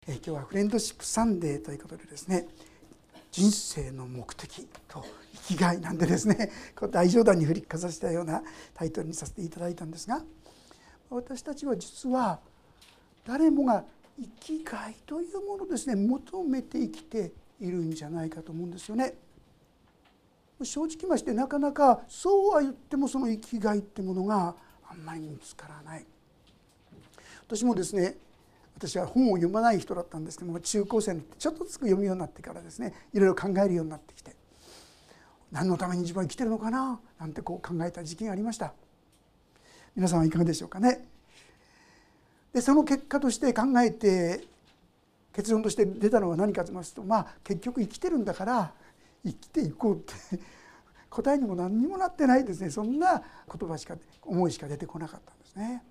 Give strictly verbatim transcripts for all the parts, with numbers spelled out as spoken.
え今日はフレンドシップサンデーということでですね、人生の目的と生きがいなんでですね、こう大冗談に振りかざしたようなタイトルにさせていただいたんですが、私たちは実は誰もが生きがいというものをですね求めて生きているんじゃないかと思うんですよね。正直ましてなかなかそうは言ってもその生きがいってものがあんまり見つからない。私もですね、私は本を読まない人だったんですけども、中高生になってちょっとずつ読むようになってからですね、いろいろ考えるようになってきて、何のために自分は生きてるのかななんてこう考えた時期がありました。皆さんはいかがでしょうかね。でその結果として考えて結論として出たのは何かと言いますと、まあ結局生きてるんだから生きていこうって答えにも何にもなってないですね。そんな言葉しか思いしか出てこなかったんですね。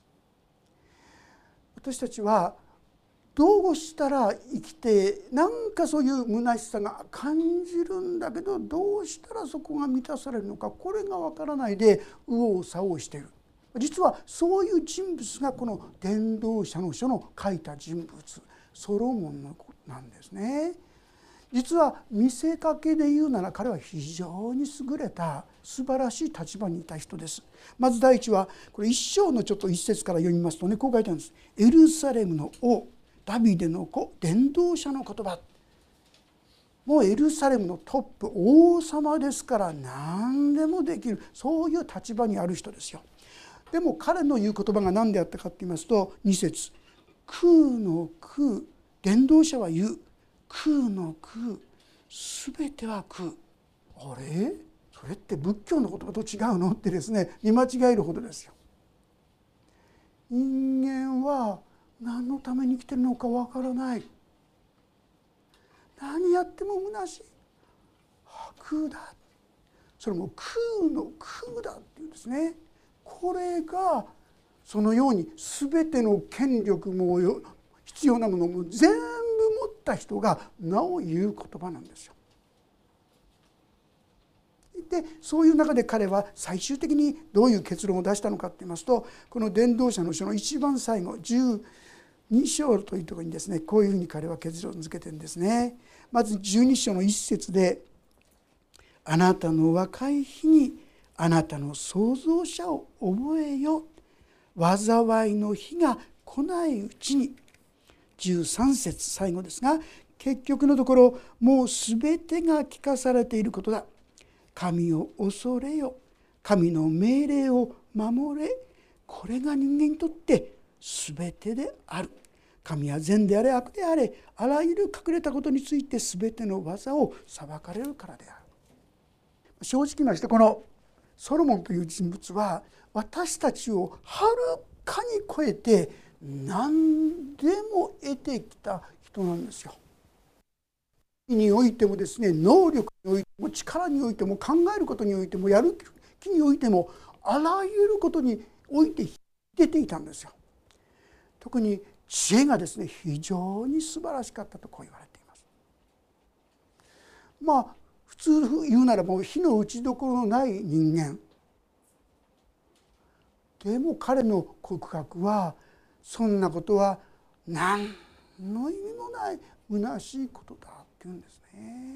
私たちはどうしたら生きて、なんかそういう虚しさが感じるんだけど、どうしたらそこが満たされるのか、これがわからないで右往左往している。実はそういう人物がこの伝道者の書の書いた人物、ソロモンのなんですね。実は見せかけで言うなら彼は非常に優れた素晴らしい立場にいた人です。まず第一はこれ一章のちょっと一節から読みますとね、こう書いてあるんです。エルサレムの王ダビデの子伝道者の言葉。もうエルサレムのトップ王様ですから何でもできる、そういう立場にある人ですよ。でも彼の言う言葉が何であったかと言いますと、に節、空の空、伝道者は言う、空の空、すべては空。あれそれって仏教の言葉と違うのってですね、見間違えるほどですよ。人間は何のために生きてるのかわからない。何やっても虚しい。空だ。それも空の空だっていうんですね。これがそのように全ての権力も必要なものも全部持った人がなお言う言葉なんですよ。でそういう中で彼は最終的にどういう結論を出したのかといいますと、この伝道者の書の一番最後じゅうに章というところにですね、こういうふうに彼は結論付けてるんですね。まずじゅうに章の一節で、あなたの若い日にあなたの創造者を覚えよ、災いの日が来ないうちに。じゅうさん節最後ですが、結局のところもうすべてが聞かされていることだ。神を恐れよ、神の命令を守れ、これが人間にとってすべてである。神は善であれ悪であれ、あらゆる隠れたことについてすべての技を裁かれるからである。正直ましてこのソロモンという人物は私たちをはるかに超えて何でも得てきた人なんですよ。においてもですね、能力においても力においても考えることにおいてもやる気においてもあらゆることにおいて出ていたんですよ。特に知恵がですね非常に素晴らしかったとこう言われています。まあ普通言うならもう火の打ちどころのない人間でも彼の告白はそんなことは何の意味もない虚しいことだって言うんですね。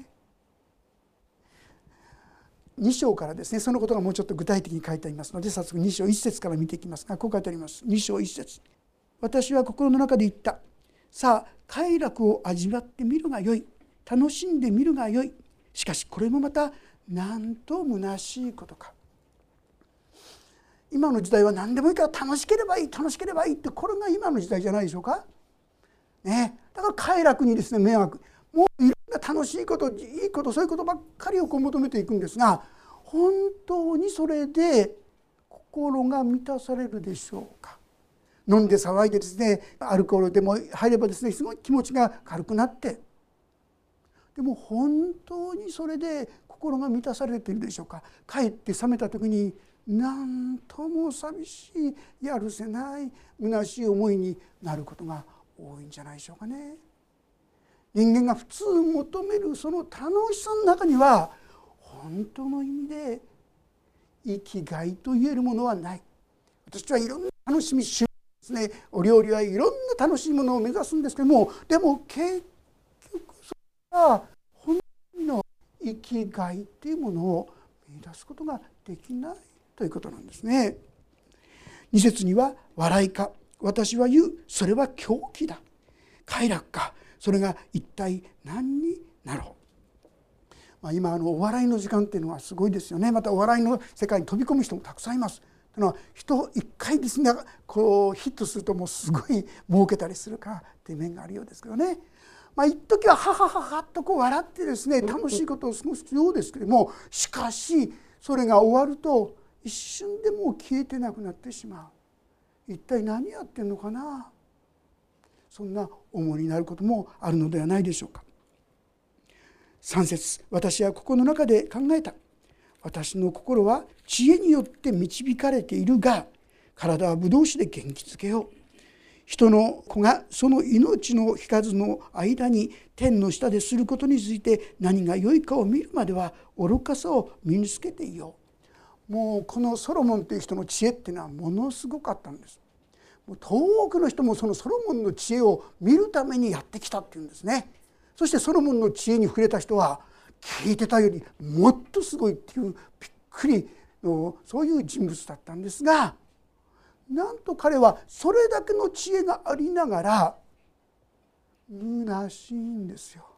に章からですね、そのことがもうちょっと具体的に書いてありますので、早速に章いち節から見ていきますが、こう書いてあります。に章いち節、私は心の中で言った。さあ快楽を味わってみるがよい、楽しんでみるがよい。しかしこれもまたなんと虚しいことか。今の時代は何でもいいから楽しければいい楽しければいいって、これが今の時代じゃないでしょうか、ね、だから快楽にですね迷惑、もういろんな楽しいこといいことそういうことばっかりをこう求めていくんですが、本当にそれで心が満たされるでしょうか。飲んで騒いでですねアルコールでも入ればですねすごい気持ちが軽くなって、でも本当にそれで心が満たされているでしょうか。帰って覚めた時になんとも寂しいやるせない虚しい思いになることが多いんじゃないでしょうかね。人間が普通求めるその楽しさの中には本当の意味で生きがいと言えるものはない。私はいろんな楽しみ趣味ですね、お料理はいろんな楽しいものを目指すんですけども、でも結局それは本当の生きがいというものを見出すことができないということなんですね。に節には笑いか私は言うそれは狂気だ、快楽かそれが一体何になろう。まあ、今あのお笑いの時間っていうのはすごいですよね。またお笑いの世界に飛び込む人もたくさんいます。というのは人一回ですねこうヒットするともうすごい儲けたりするからっていう面があるようですけどね。まあ一時はハハハハッとこう笑ってですね楽しいことを過ごすようですけれども、しかしそれが終わると一瞬でもう消えてなくなってしまう。一体何やってんのかな、そんな思いになることもあるのではないでしょうか。さん節、私は心の中で考えた。私の心は知恵によって導かれているが、体はブドウ酒で元気づけよう。人の子がその命の引かずの間に天の下ですることについて何が良いかを見るまでは愚かさを身につけていよう。もうこのソロモンという人の知恵っていうのはものすごかったんです。もう遠くの人もそのソロモンの知恵を見るためにやってきたっていうんですね。そしてソロモンの知恵に触れた人は聞いてたよりもっとすごいっていうびっくりのそういう人物だったんですが、なんと彼はそれだけの知恵がありながら虚しいんですよ。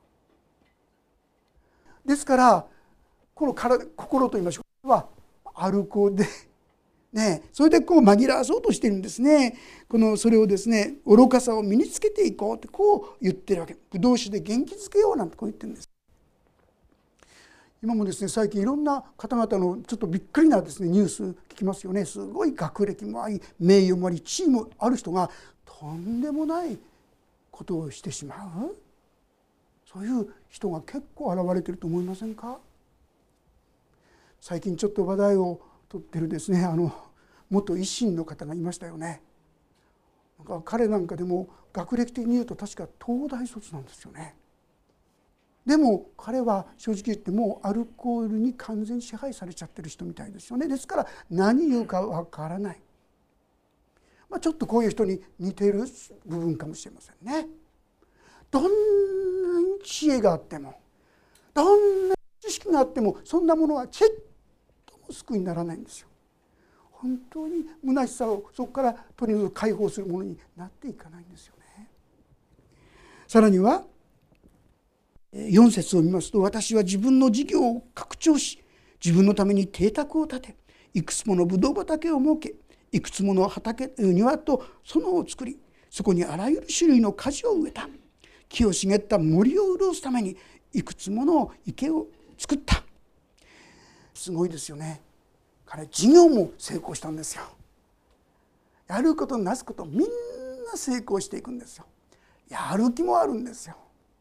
ですからこの体心といいましょうはアルコールでね、それでこう紛らわそうとしてるんですね。このそれをですね愚かさを身につけていこうってこう言ってるわけ。ブドウ酒で元気づけようなんてこう言ってるんです。今もですね最近いろんな方々のちょっとびっくりなですねニュース聞きますよね。すごい学歴もあり名誉もあり地位もある人がとんでもないことをしてしまう、そういう人が結構現れていると思いませんか。最近ちょっと話題を取ってるですねあの元維新の方がいましたよね。なんか彼なんかでも学歴的に言うと確か東大卒なんですよね。でも彼は正直言ってもうアルコールに完全支配されちゃってる人みたいですよね。ですから何言うかわからない、まあ、ちょっとこういう人に似ている部分かもしれませんね。どんなに知恵があってもどんな知識があってもそんなものはちっとも救いにならないんですよ。本当に虚しさをそこから取り除く解放するものになっていかないんですよね。さらにはよん節を見ますと、私は自分の事業を拡張し自分のために邸宅を建ていくつものブドウ畑を設けいくつもの畑庭と園を作りそこにあらゆる種類の果樹を植えた。木を茂った森を潤すためにいくつもの池を作った。すごいですよね。彼事業も成功したんですよ。やることなすことみんな成功していくんですよ。やる気もあるんですよ。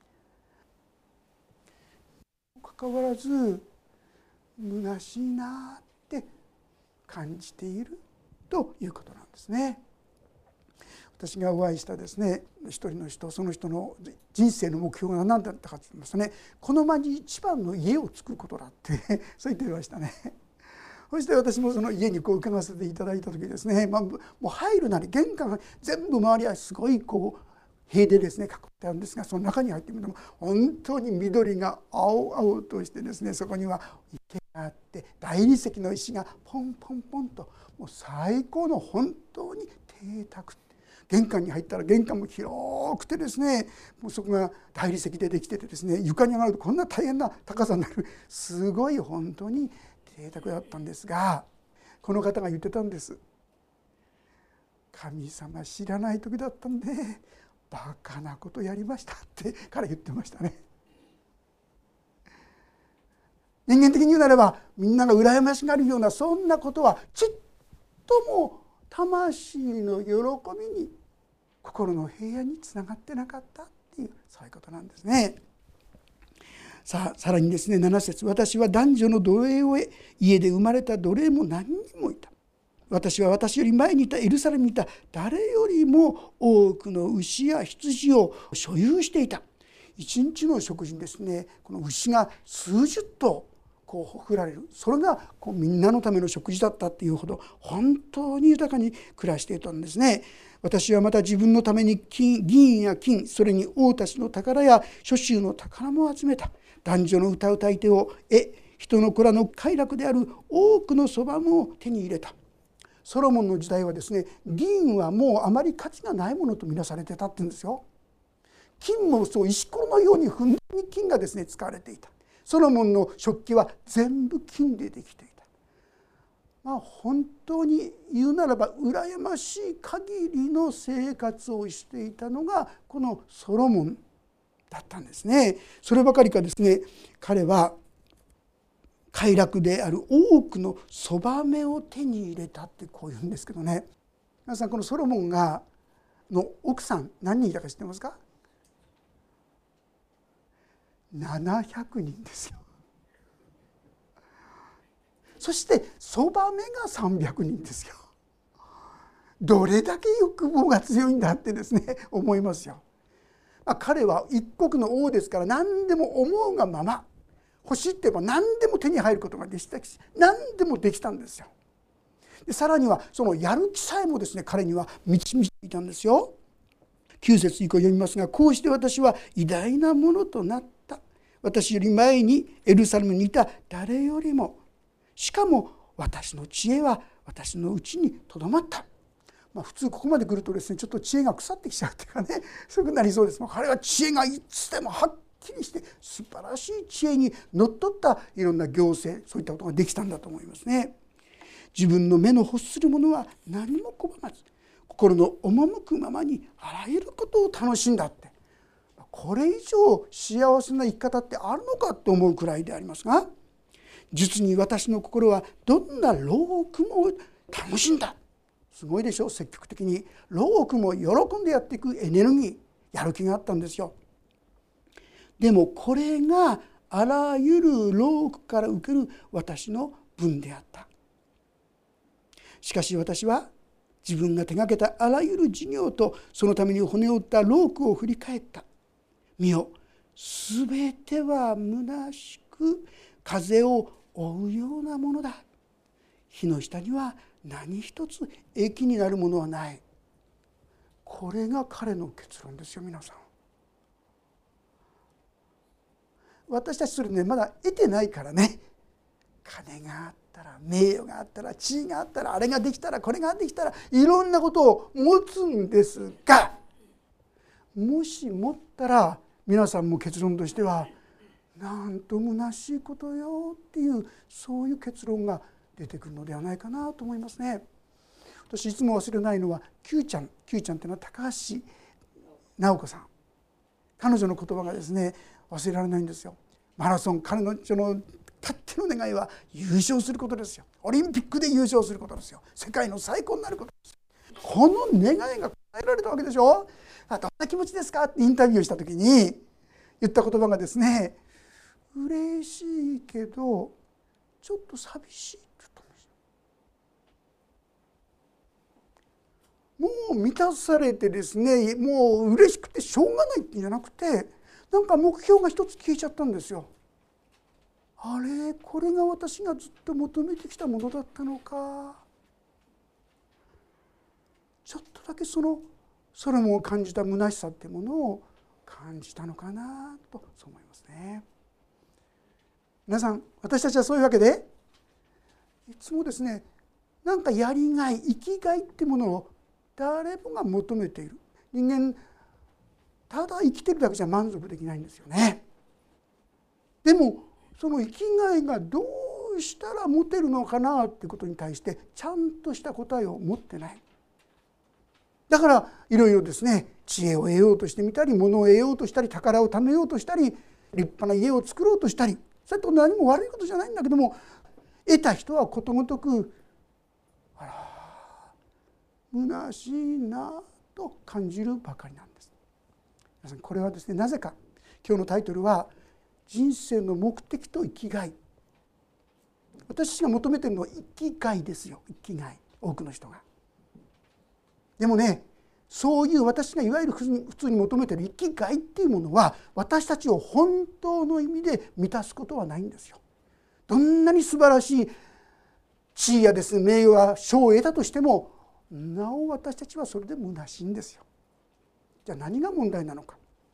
かかわらず虚しいなって感じているということなんですね。私がお会いしたですね一人の人、その人の人生の目標が何だったかと言いますとね、この町に一番の家を作ることだってそう言っていましたね。そして私もその家にこう伺わせていただいた時ですね、まあ、もう入るなり玄関が全部周りはすごいこう塀でですね囲ってあるんですが、その中に入ってみると本当に緑が青々としてですね、そこには池があって大理石の石がポンポンポンともう最高の本当に邸宅。玄関に入ったら玄関も広くてですね、もうそこが大理石でできててですね、床に上がるとこんな大変な高さになるすごい本当に邸宅だったんですが、この方が言ってたんです。神様知らない時だったんでバカなことやりましたって彼言ってましたね。人間的に言うなればみんなが羨ましがるようなそんなことはちっとも魂の喜びに心の平安につながってなかったっていうそういうことなんですね。さあさらにですねなな節、私は男女の奴隷を得家で生まれた奴隷も何人もいた。私は私より前にいたエルサレムにいた誰よりも多くの牛や羊を所有していた。一日の食事にですねこの牛が数十頭こう振られる、それがこうみんなのための食事だったっていうほど本当に豊かに暮らしていたんですね。私はまた自分のために金銀や金、それに王たちの宝や諸州の宝も集めた。男女の歌うたい手を得、人の子らの快楽である多くのそばも手に入れた。ソロモンの時代はですね、銀はもうあまり価値がないものとみなされてたって言うんですよ。金もそう石ころのようにふんだんに金がですね使われていた。ソロモンの食器は全部金でできていた。まあ本当に言うならば羨ましい限りの生活をしていたのがこのソロモンだったんですね。そればかりかですね、彼は快楽である多くのそばめを手に入れたってこう言うんですけどね。皆さん、このソロモンがの奥さん何人いたか知ってますか？ななひゃくにんですよ。そしてそばめがさんびゃくにんですよ。どれだけ欲望が強いんだってですね思いますよ。まあ、彼は一国の王ですから何でも思うがまま欲しいって言えば何でも手に入ることができたし、何でもできたんですよ。でさらにはそのやる気さえもですね彼には満ち満ちていたんですよ。きゅう節以降読みますが、こうして私は偉大なものとなった。私より前にエルサレムにいた誰よりも、しかも私の知恵は私のうちにとどまった。まあ、普通ここまで来るとですねちょっと知恵が腐ってきちゃうというかね、そういうふうになりそうです。彼は知恵がいつでもはっきりして素晴らしい知恵にのっとったいろんな行政、そういったことができたんだと思いますね。自分の目の欲するものは何も拒まず、心の赴くままにあらゆることを楽しんだって、これ以上幸せな生き方ってあるのかと思うくらいでありますが、実に私の心はどんな労苦も楽しんだ。すごいでしょう。積極的に労苦も喜んでやっていくエネルギー、やる気があったんですよ。でもこれがあらゆる労苦から受ける私の分であった。しかし私は自分が手がけたあらゆる事業とそのために骨を折った労苦を振り返った。見よ、すべては虚しく風を追うようなものだ。火の下には何一つ益になるものはない。これが彼の結論ですよ。皆さん、私たちそれねまだ得てないからね、金があったら名誉があったら地位があったらあれができたらこれができたらいろんなことを持つんですが、もし持ったら皆さんも結論としてはなんと虚しいことよっていう、そういう結論が出てくるのではないかなと思いますね。私いつも忘れないのは Q ちゃん Q ちゃんというのは高橋直子さん、彼女の言葉がですね忘れられないんですよ。マラソン、彼女のたっての願いは優勝することですよ。オリンピックで優勝することですよ。世界の最高になることです。この願いが叶えられたわけでしょ。どんな気持ちですかってインタビューした時に言った言葉がですね、嬉しいけどちょっと寂しいって言ったんですよ。もう満たされてですね、もう嬉しくてしょうがないっていうんじゃなくて、なんか目標が一つ消えちゃったんですよ。あれ、これが私がずっと求めてきたものだったのか。ちょっとだけそのソロモンを感じた虚しさっていうものを感じたのかなとそう思いますね。皆さん、私たちはそういうわけでいつもですね、なんかやりがい、生きがいってものを誰もが求めている。人間ただ生きてるだけじゃ満足できないんですよね。でもその生きがいがどうしたら持てるのかなってことに対してちゃんとした答えを持ってない。だからいろいろですね、知恵を得ようとしてみたり、物を得ようとしたり、宝を貯めようとしたり、立派な家を作ろうとしたり、それと何も悪いことじゃないんだけども、得た人はことごとくあら虚しいなと感じるばかりなんです。皆さん、これはですね、なぜか今日のタイトルは人生の目的と生きがい。私が求めているのは生きがいですよ。生きがい、多くの人が。でもね、そういう私がいわゆる普通に求めている生きがいっていうものは私たちを本当の意味で満たすことはないんですよ。 どんなに素晴らしい地位やですね名誉や賞を得たとしても、なお私たちはそれで虚しいんですよ。じゃあ何が問題なのか。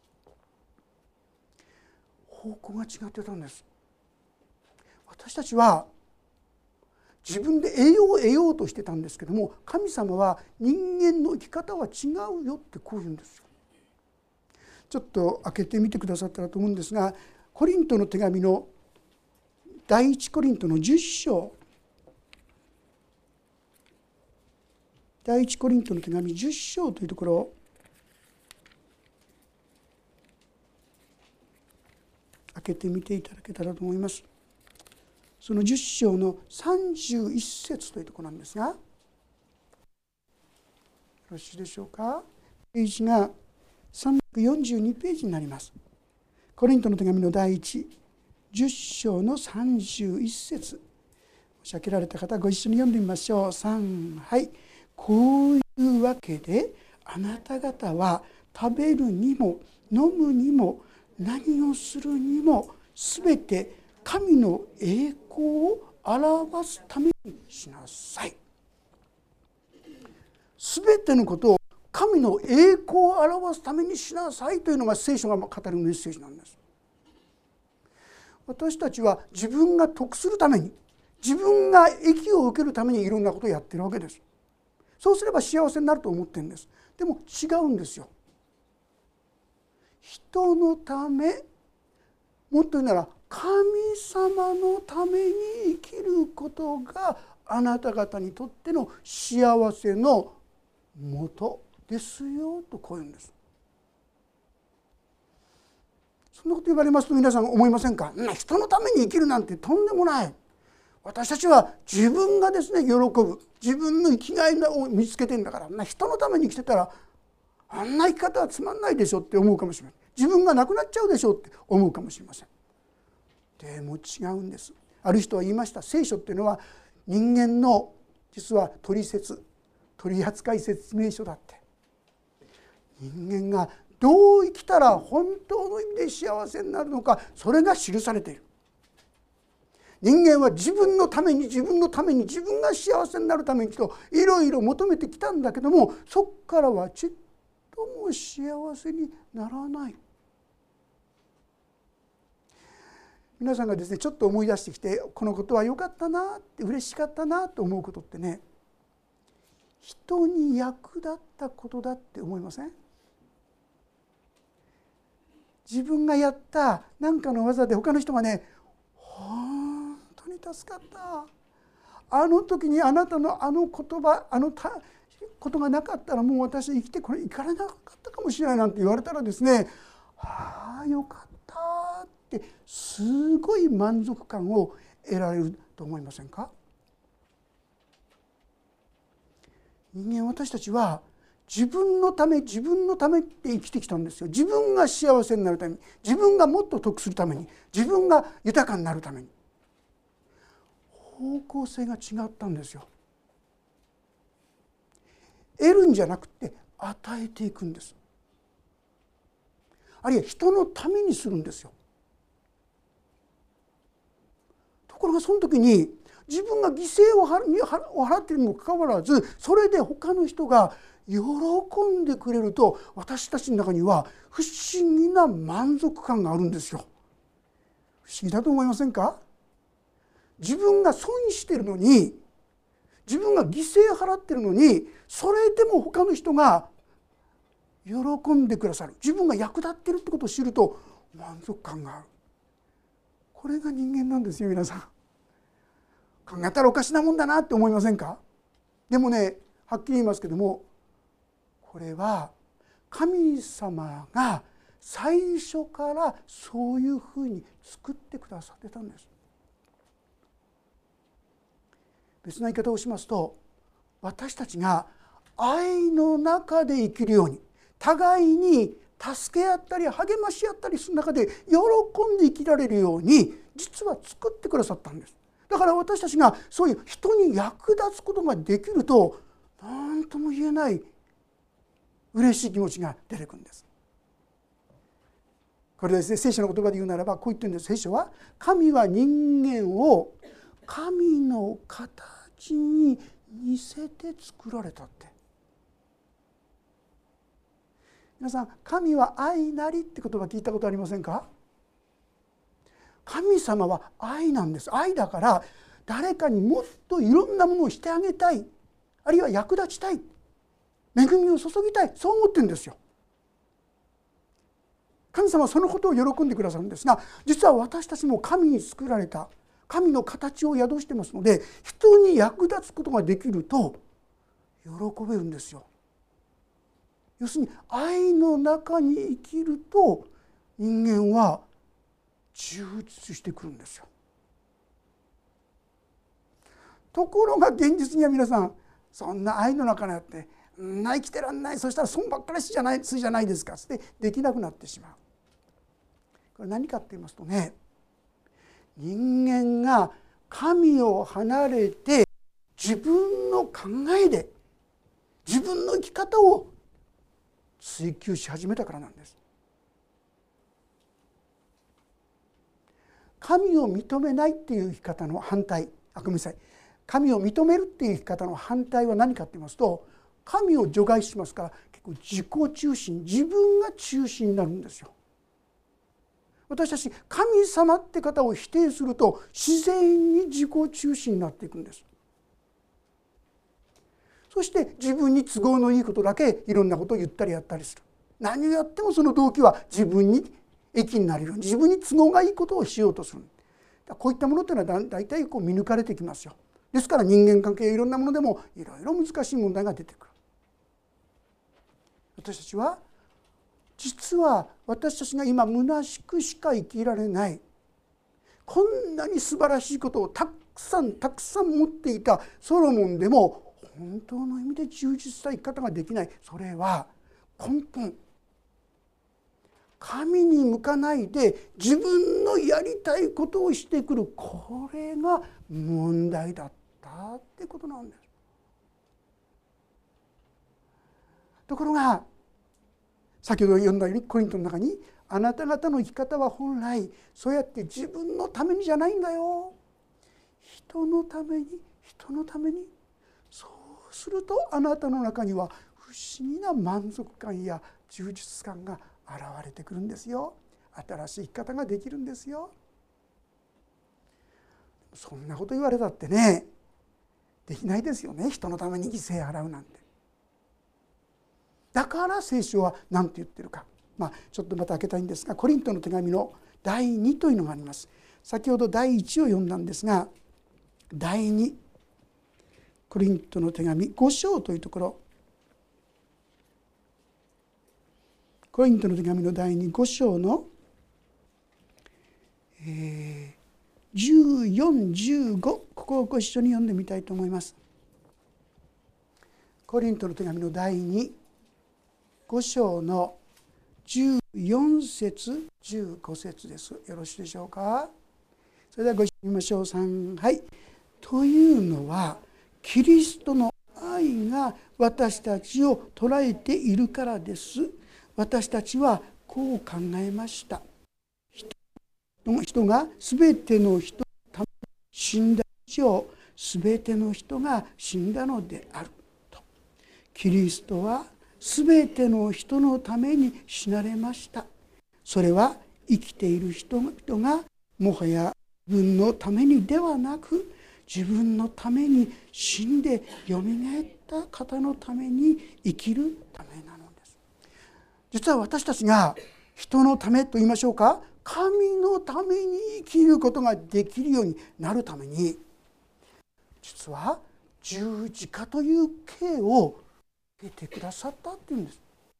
方向が違ってたんです。私たちは自分で得よう得ようとしてたんですけども、神様は人間の生き方は違うよってこう言うんですよ。ちょっと開けてみてくださったらと思うんですが、コリントの手紙の第一コリントのじゅっ章、第一コリントの手紙じゅっ章というところを開けてみていただけたらと思います。そのじゅっ章のさんじゅういっ節というところなんですが、よろしいでしょうか。ページがさんびゃくよんじゅうにページになります。コリントの手紙の第一じゅっ章のさんじゅういっ節、申し上げられた方ご一緒に読んでみましょう。さん、はい。こういうわけであなた方は食べるにも飲むにも何をするにもすべて神の栄光を表すためにしなさい。すべてのことを神の栄光を表すためにしなさいというのが聖書が語るメッセージなんです。私たちは自分が得するために、自分が益を受けるためにいろんなことをやってるわけです。そうすれば幸せになると思ってるんです。でも違うんですよ。人のため、もっと言うなら神様のために生きることがあなた方にとっての幸せのもとですよとこう言うんです。そんなこと言われますと皆さん思いませんか。人のために生きるなんてとんでもない。私たちは自分がですね喜ぶ、自分の生きがいを見つけてんだから、人のために生きてたらあんな生き方はつまんないでしょって思うかもしれない。自分がなくなっちゃうでしょって思うかもしれません。でも違うんです。ある人は言いました。聖書っていうのは人間の実は取説、取扱説明書だって。人間がどう生きたら本当の意味で幸せになるのか、それが記されている。人間は自分のために自分のために自分が幸せになるためにといろいろ求めてきたんだけども、そこからはちっとも幸せにならない。皆さんがですねちょっと思い出してきて、このことは良かったなって嬉しかったなと思うことってね、人に役立ったことだって思いません？自分がやった何かの技で他の人がね、本当に助かった、あの時にあなたのあの言葉、あのことがなかったらもう私生きてこれいかれなかったかもしれないなんて言われたらですね、ああよかったってすごい満足感を得られると思いませんか？人間、私たちは自分のため自分のためって生きてきたんですよ。自分が幸せになるために、自分がもっと得するために、自分が豊かになるために。方向性が違ったんですよ。得るんじゃなくて与えていくんです。あるいは人のためにするんですよ。ところがその時に自分が犠牲を払っているにもかかわらず、それで他の人が喜んでくれると、私たちの中には不思議な満足感があるんですよ。不思議だと思いませんか？自分が損しているのに、自分が犠牲を払っているのに、それでも他の人が喜んでくださる、自分が役立っているってことを知ると満足感がある。これが人間なんですよ。皆さん考えたらおかしなもんだなって思いませんか？でもね、はっきり言いますけども、これは神様が最初からそういうふうに作ってくださってたんです。別な言い方をしますと、私たちが愛の中で生きるように、互いに助け合ったり励まし合ったりする中で喜んで生きられるように実は作ってくださったんです。だから私たちがそういう人に役立つことができると、何とも言えない嬉しい気持ちが出てくるんです。 これですね、聖書の言葉で言うならばこう言ってるんです。聖書は神は人間を神の形に似せて作られたって。皆さん、神は愛なりって言葉聞いたことありませんか？神様は愛なんです。愛だから誰かにもっといろんなものをしてあげたい、あるいは役立ちたい、恵みを注ぎたい、そう思ってるんですよ。神様はそのことを喜んでくださるんですが、実は私たちも神に作られた神の形を宿してますので、人に役立つことができると喜べるんですよ。要するに愛の中に生きると人間は充実してくるんですよ。ところが現実には皆さん、そんな愛の中にあって生きてらんない、そしたら損ばっかりしじゃないするじゃないですかってできなくなってしまう。これ何かって言いますとね、人間が神を離れて自分の考えで自分の生き方を追求し始めたからなんです。神を認めないっていう生き方の反対、あ、ごめんなさい、神を認めるっていう生き方の反対は何かって言いますと、神を除外しますから結構自己中心、自分が中心になるんですよ。私たち神様って方を否定すると自然に自己中心になっていくんです。そして自分に都合のいいことだけいろんなことを言ったりやったりする。何をやってもその動機は自分に益になるように、自分に都合がいいことをしようとする。こういったものというのはだいたいこう見抜かれてきますよ。ですから人間関係いろんなものでもいろいろ難しい問題が出てくる。私たちは実は私たちが今虚しくしか生きられない、こんなに素晴らしいことをたくさんたくさん持っていたソロモンでも本当の意味で充実した生き方ができない。それは根本、神に向かないで自分のやりたいことをしてくる、これが問題だったってことなんです。ところが先ほど読んだようにコリントの中に、あなた方の生き方は本来そうやって自分のためにじゃないんだよ、人のために、人のために。そうするとあなたの中には不思議な満足感や充実感が現れてくるんですよ。新しい生き方ができるんですよ。そんなこと言われたってね、できないですよね。人のために犠牲を払うなんて。だから聖書は何て言ってるか、まあ、ちょっとまた開けたいんですが、コリントの手紙のだいにというのがあります。先ほどだいいちを読んだんですが、だいにコリントの手紙ご章というところ、コリントの手紙のだいにご章の、えー、じゅうよん、じゅうご、ここをご一緒に読んでみたいと思います。コリントの手紙のだいにご章のじゅうよん節じゅうご節です。よろしいでしょうか。それではご一緒に見ましょう。さん、はい。というのはキリストの愛が私たちを捉えているからです。私たちはこう考えました。人がすべての人のために死んだ以上、すべての人が死んだのであると。キリストはすべての人のために死なれました。それは生きている人々がもはや自分のためにではなく、自分のために死んでよみがえった方のために生きるためなのです。実は私たちが人のためと言いましょうか、神のために生きることができるようになるために、実は十字架という刑を受けてくださったっていうんです。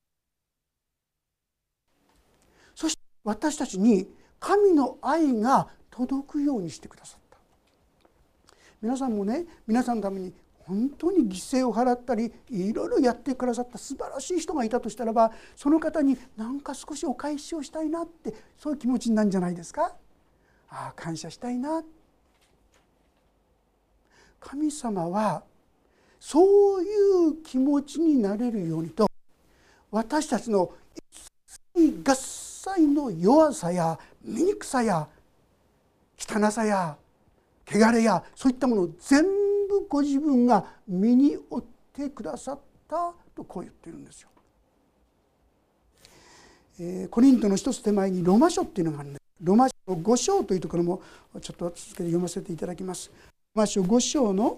そして私たちに神の愛が届くようにしてくださった。皆さんもね、皆さんのために本当に犠牲を払ったりいろいろやってくださった素晴らしい人がいたとしたらば、その方に何か少しお返しをしたいなって、そういう気持ちになるんじゃないですか。ああ、感謝したいな。神様はそういう気持ちになれるようにと、私たちの一切合切の弱さや醜さや汚さや汚れやそういったものを全部ご自分が身に負ってくださったとこう言っているんですよ。えー、コリントの一つ手前にローマ書っていうのがあるんです。ローマ書のご章というところもちょっと続けて読ませていただきます。ローマ書ご章の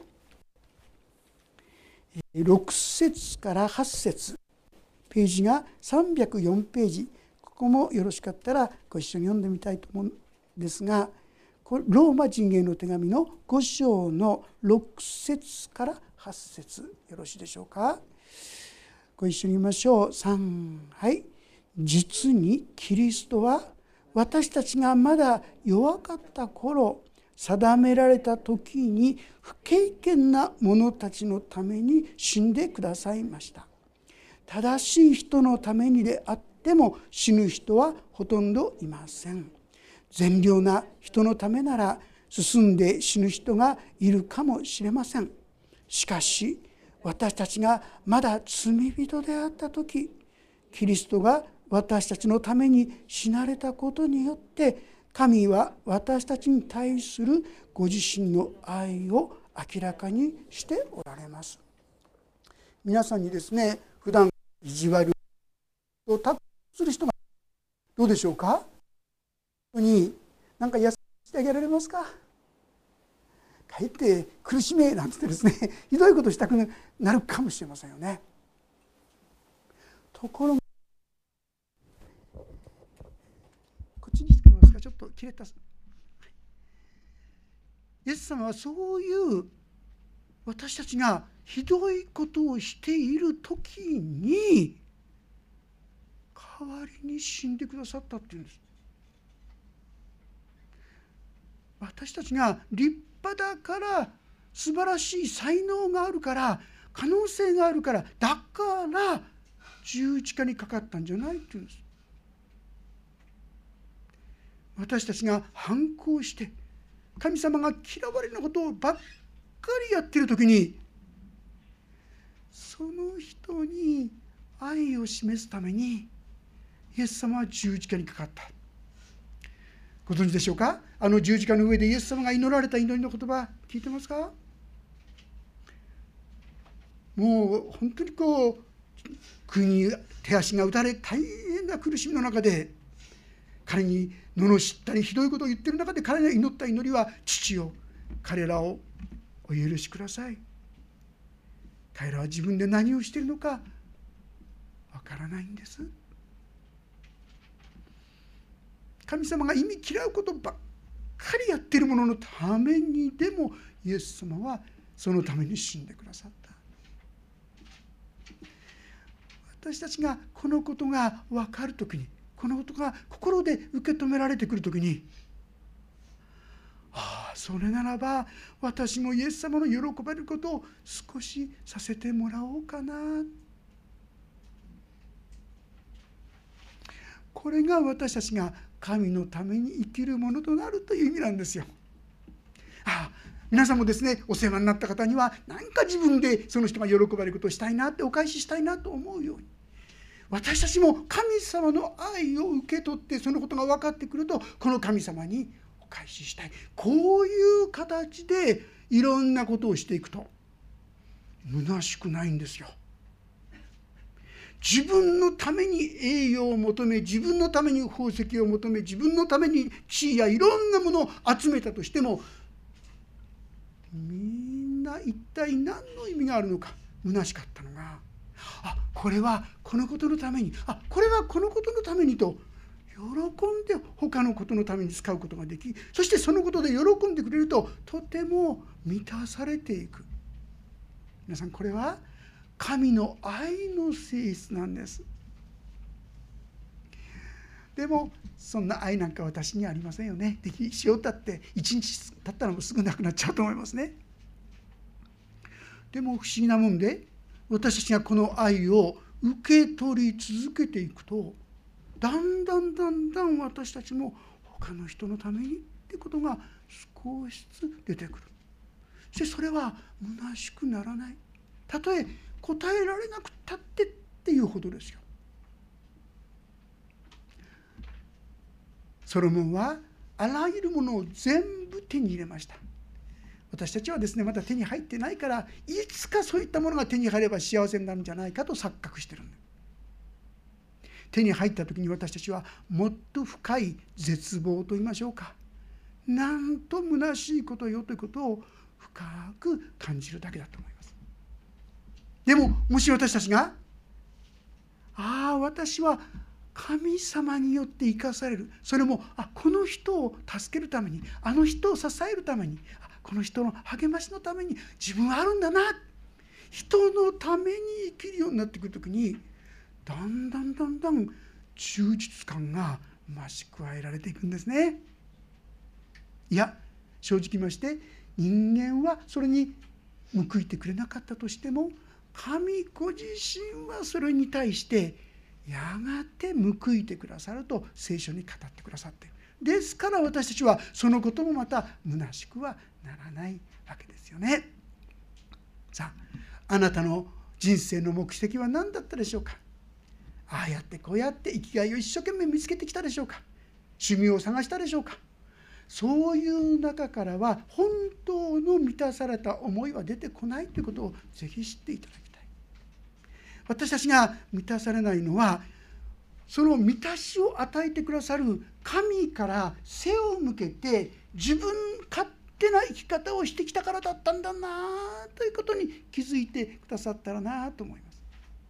ろく節からはち節、ページがさんびゃくよんページ、ここもよろしかったらご一緒に読んでみたいと思うんですが、ローマ人への手紙のご章のろく節からはち節、よろしいでしょうか。ご一緒に見ましょう。さん、はい。実にキリストは私たちがまだ弱かった頃、定められた時に不経験な者たちのために死んでくださいました。正しい人のためにであっても死ぬ人はほとんどいません。善良な人のためなら進んで死ぬ人がいるかもしれません。しかし私たちがまだ罪人であった時、キリストが私たちのために死なれたことによって神は私たちに対するご自身の愛を明らかにしておられます。皆さんにですね、普段意地悪をたくする人がどうでしょうか。本当に何か優しくしてあげられますか。かえって苦しめなんて言ってですね、ひどいことしたくなるかもしれませんよね。ところがこっちにしてくれますか。ちょっと切れた。イエス様はそういう私たちがひどいことをしている時に代わりに死んでくださったっていうんです。私たちが立派だから素晴らしい才能があるから可能性があるからだから十字架にかかったんじゃないっていうんです。私たちが反抗して神様が嫌われることをばっかりやっている時に、その人に愛を示すためにイエス様は十字架にかかった。ご存知でしょうか。あの十字架の上でイエス様が祈られた祈りの言葉聞いてますか。もう本当にこう首に手足が打たれ大変な苦しみの中で、彼に罵ったりひどいことを言っている中で彼が祈った祈りは、父よ彼らをお許しください。彼らは自分で何をしているのかわからないんです。神様が忌み嫌うことばっかりやっているもののためにでもイエス様はそのために死んでくださった。私たちがこのことが分かるときに、このことが心で受け止められてくるときに、ああそれならば私もイエス様の喜ばれることを少しさせてもらおうかな。これが私たちが神のために生きるものとなるという意味なんですよ。ああ皆さんもですね、お世話になった方には何か自分でその人が喜ばれることをしたいなって、お返ししたいなと思うように、私たちも神様の愛を受け取ってそのことが分かってくると、この神様にお返ししたい、こういう形でいろんなことをしていくと虚しくないんですよ。自分のために栄養を求め、自分のために宝石を求め、自分のために地位やいろんなものを集めたとしても、みんな一体何の意味があるのか虚しかったのが、あこれはこのことのために、あこれはこのことのためにと喜んで他のことのために使うことができ、そしてそのことで喜んでくれるととても満たされていく。皆さん、これは神の愛の性質なんです。でもそんな愛なんか私にはありませんよね。でしようったって一日経ったらもうすぐなくなっちゃうと思いますね。でも不思議なもんで、私たちがこの愛を受け取り続けていくと、だんだんだんだん私たちも他の人のためにってことが少しずつ出てくる。そしてそれは虚しくならない。たとえ答えられなくたってっていうほどですよ。 ソロモンはあらゆるものを全部手に入れました。私たちはですね、まだ手に入ってないから、いつかそういったものが手に入れば幸せになるんじゃないかと錯覚してるんです。手に入った時に私たちはもっと深い絶望と言いましょうか、なんと虚しいことよということを深く感じるだけだと思います。でももし私たちが、ああ私は神様によって生かされる、それもあこの人を助けるために、あの人を支えるために、この人の励ましのために自分はあるんだな、人のために生きるようになってくるときに、だんだんだんだん充実感が増し加えられていくんですね。いや正直言いまして、人間はそれに報いてくれなかったとしても、神ご自身はそれに対してやがて報いてくださると聖書に語ってくださっている。ですから私たちはそのこともまた虚しくはならないわけですよね。さあ、あなたの人生の目的は何だったでしょうか。ああやってこうやって生きがいを一生懸命見つけてきたでしょうか。趣味を探したでしょうか。そういう中からは本当の満たされた思いは出てこないということをぜひ知っていただきたい。私たちが満たされないのは、その満たしを与えてくださる神から背を向けて自分勝手な生き方をしてきたからだったんだなということに気づいてくださったらなと思います。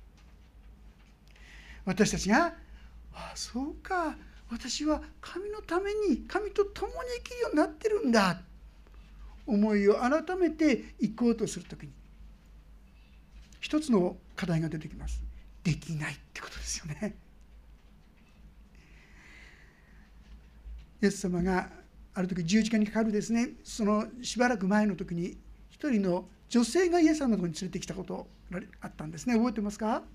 私たちが、ああそうか、私は神のために神と共に生きるようになってるんだ、思いを改めていこうとするときに一つの課題が出てきます。できないってことですよね。イエス様がある時十字架にかかるですね、そのしばらく前の時に一人の女性がイエス様のところに連れてきたことがあったんですね。覚えてますか。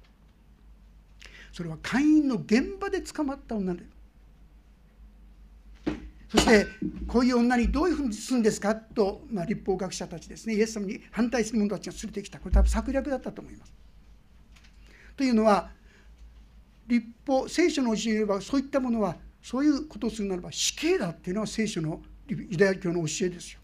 それは会員の現場で捕まった女で、そしてこういう女にどういうふうにするんですかと、まあ、立法学者たちですね、イエス様に反対する者たちが連れてきた。これ多分策略だったと思います。というのは、立法聖書の教えればそういったものは、そういうことをするならば死刑だっていうのは聖書のユダヤ教の教えですよ。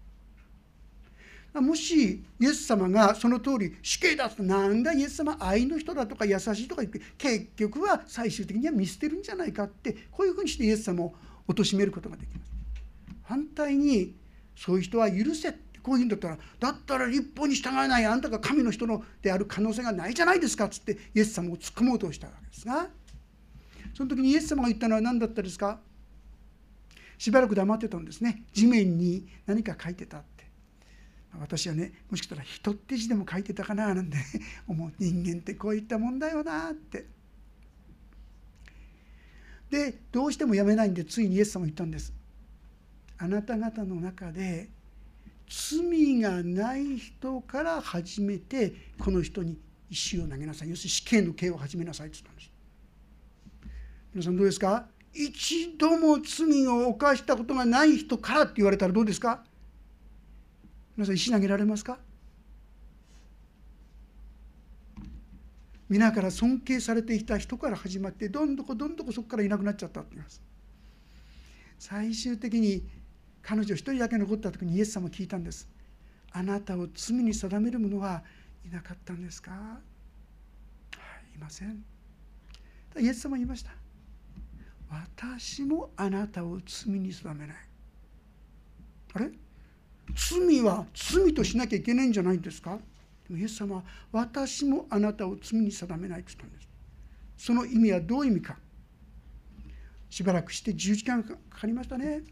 もしイエス様がその通り死刑だと、なんだイエス様愛の人だとか優しいとか言って、結局は最終的には見捨てるんじゃないかって、こういうふうにしてイエス様を貶めることができます。反対にそういう人は許せってこういうんだったら、だったら立法に従わないあんたが神の人のである可能性がないじゃないですかっつってイエス様を突っ込もうとしたわけですが、その時にイエス様が言ったのは何だったですか。しばらく黙ってたんですね。地面に何か書いてたって。私はね、もしかしたら人って字でも書いてたかななんて思う。人間ってこういったもんだよなって。でどうしてもやめないんで、ついにイエス様言ったんです。あなた方の中で罪がない人から始めてこの人に石を投げなさい、要するに死刑の刑を始めなさいって言ったんです。皆さんどうですか。一度も罪を犯したことがない人からって言われたらどうですか。皆さん石投げられますか。皆から尊敬されていた人から始まって、どんどこどんどこそこからいなくなっちゃったって言います。最終的に彼女一人だけ残った時にイエス様聞いたんです。あなたを罪に定める者はいなかったんですか。はい、いません。イエス様言いました。私もあなたを罪に定めない。あれ、罪は罪としなきゃいけないんじゃないんですか。でもイエス様は私もあなたを罪に定めないと言ったんです。その意味はどういう意味か。しばらくしてじゅうじかんかかりましたね。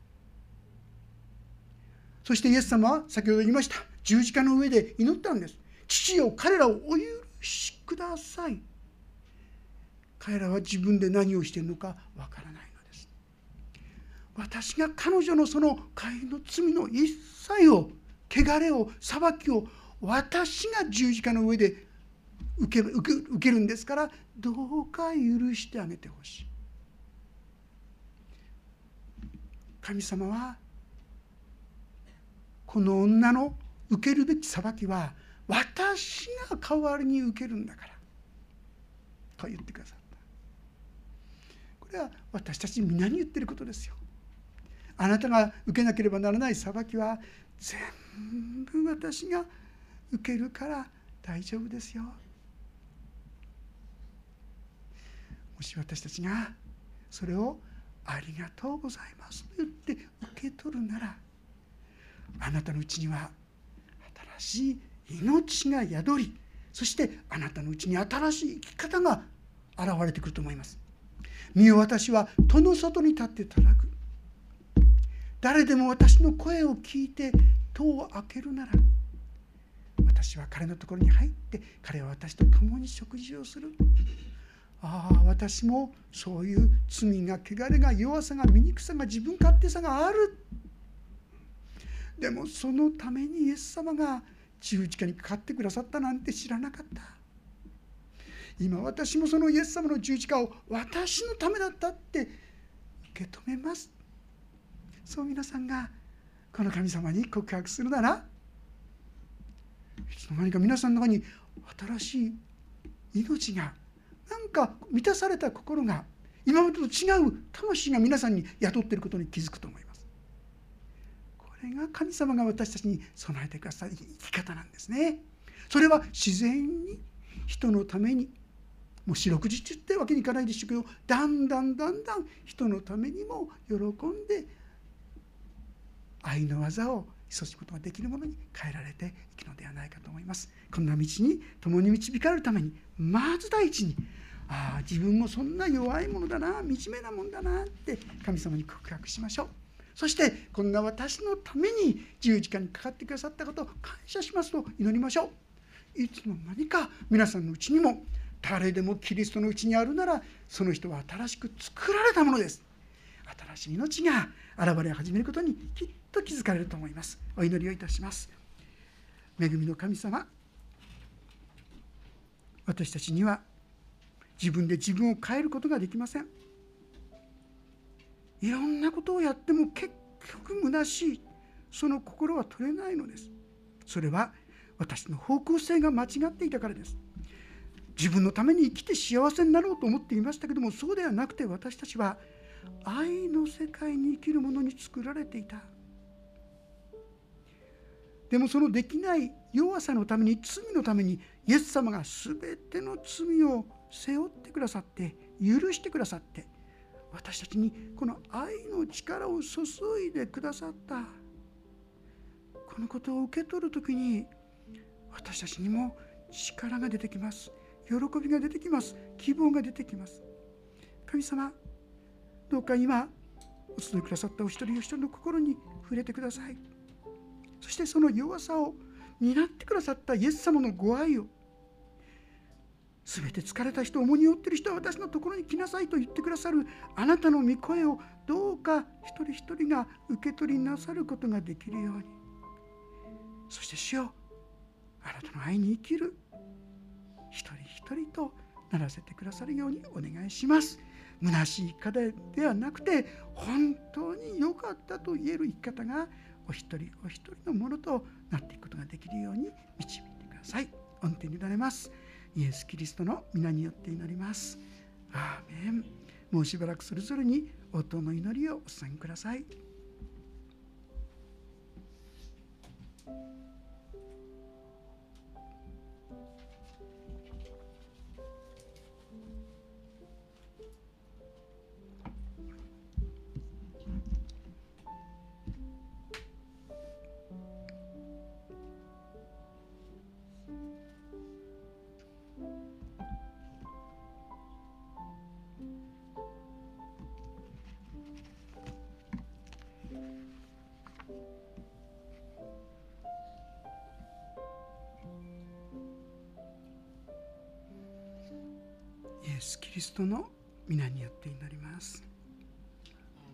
そしてイエス様は先ほど言いました十字架の上で祈ったんです。父よ、彼らをお許しください。彼らは自分で何をしているのかわからないのです。私が彼女のその会員の罪の一切を、汚れを、裁きを私が十字架の上で受け、受け、受けるんですから、どうか許してあげてほしい。神様はこの女の受けるべき裁きは私が代わりに受けるんだからと言ってくださった。これは私たち皆に言っていることですよ。あなたが受けなければならない裁きは全部私が受けるから大丈夫ですよ。もし私たちがそれをありがとうございますと言って受け取るなら、あなたのうちには新しい命が宿り、そしてあなたのうちに新しい生き方が現れてくると思います。見よ、私は戸の外に立って叩く。誰でも私の声を聞いて戸を開けるなら、私は彼のところに入って彼は私と共に食事をする。ああ、私もそういう罪が汚れが弱さが醜さが自分勝手さがある。でもそのためにイエス様が十字架にかかってくださったなんて知らなかった。今私もそのイエス様の十字架を私のためだったって受け止めます。そう皆さんがこの神様に告白するなら、いつの間にか皆さんの中に新しい命が、なんか満たされた心が、今までと違う魂が皆さんに宿っていることに気づくと思います。これが神様が私たちに備えてくださる生き方なんですね。それは自然に人のために、もう四六時中ってわけにいかないでしょうけど、だんだんだんだん人のためにも喜んで愛の技を注ぐことができるものに変えられていくのではないかと思います。こんな道に共に導かれるために、まず第一に、ああ自分もそんな弱いものだな、惨めなもんだなって神様に告白しましょう。そしてこんな私のために十字架にかかってくださったことを感謝しますと祈りましょう。いつの間にか皆さんのうちにも、誰でもキリストのうちにあるなら、その人は新しく作られたものです。新しい命が現れ始めることにきっと気づかれると思います。お祈りをいたします。恵みの神様、私たちには自分で自分を変えることができません。いろんなことをやっても結局虚しい、その心は取れないのです。それは私の方向性が間違っていたからです。自分のために生きて幸せになろうと思っていましたけども、そうではなくて、私たちは愛の世界に生きるものに作られていた。でもそのできない弱さのために、罪のために、イエス様が全ての罪を背負ってくださって、許してくださって、私たちにこの愛の力を注いでくださった。このことを受け取るときに、私たちにも力が出てきます。喜びが出てきます。希望が出てきます。神様、どうか今お集いくださったお一人お一人の心に触れてください。そしてその弱さを担ってくださったイエス様のご愛を、すべて疲れた人、重荷を負っている人は私のところに来なさいと言ってくださるあなたの御声を、どうか一人一人が受け取りなさることができるように。そして主よ、あなたの愛に生きる一人一人とならせてくださるようにお願いします。虚しい課題ではなくて、本当に良かったと言える生き方がお一人お一人のものとなっていくことができるように導いてください。御手に委ねます。イエス・キリストの皆によって祈ります。アーメン。もうしばらくそれぞれに応答の祈りをお捧げください。イエス・キリストの皆によって祈ります。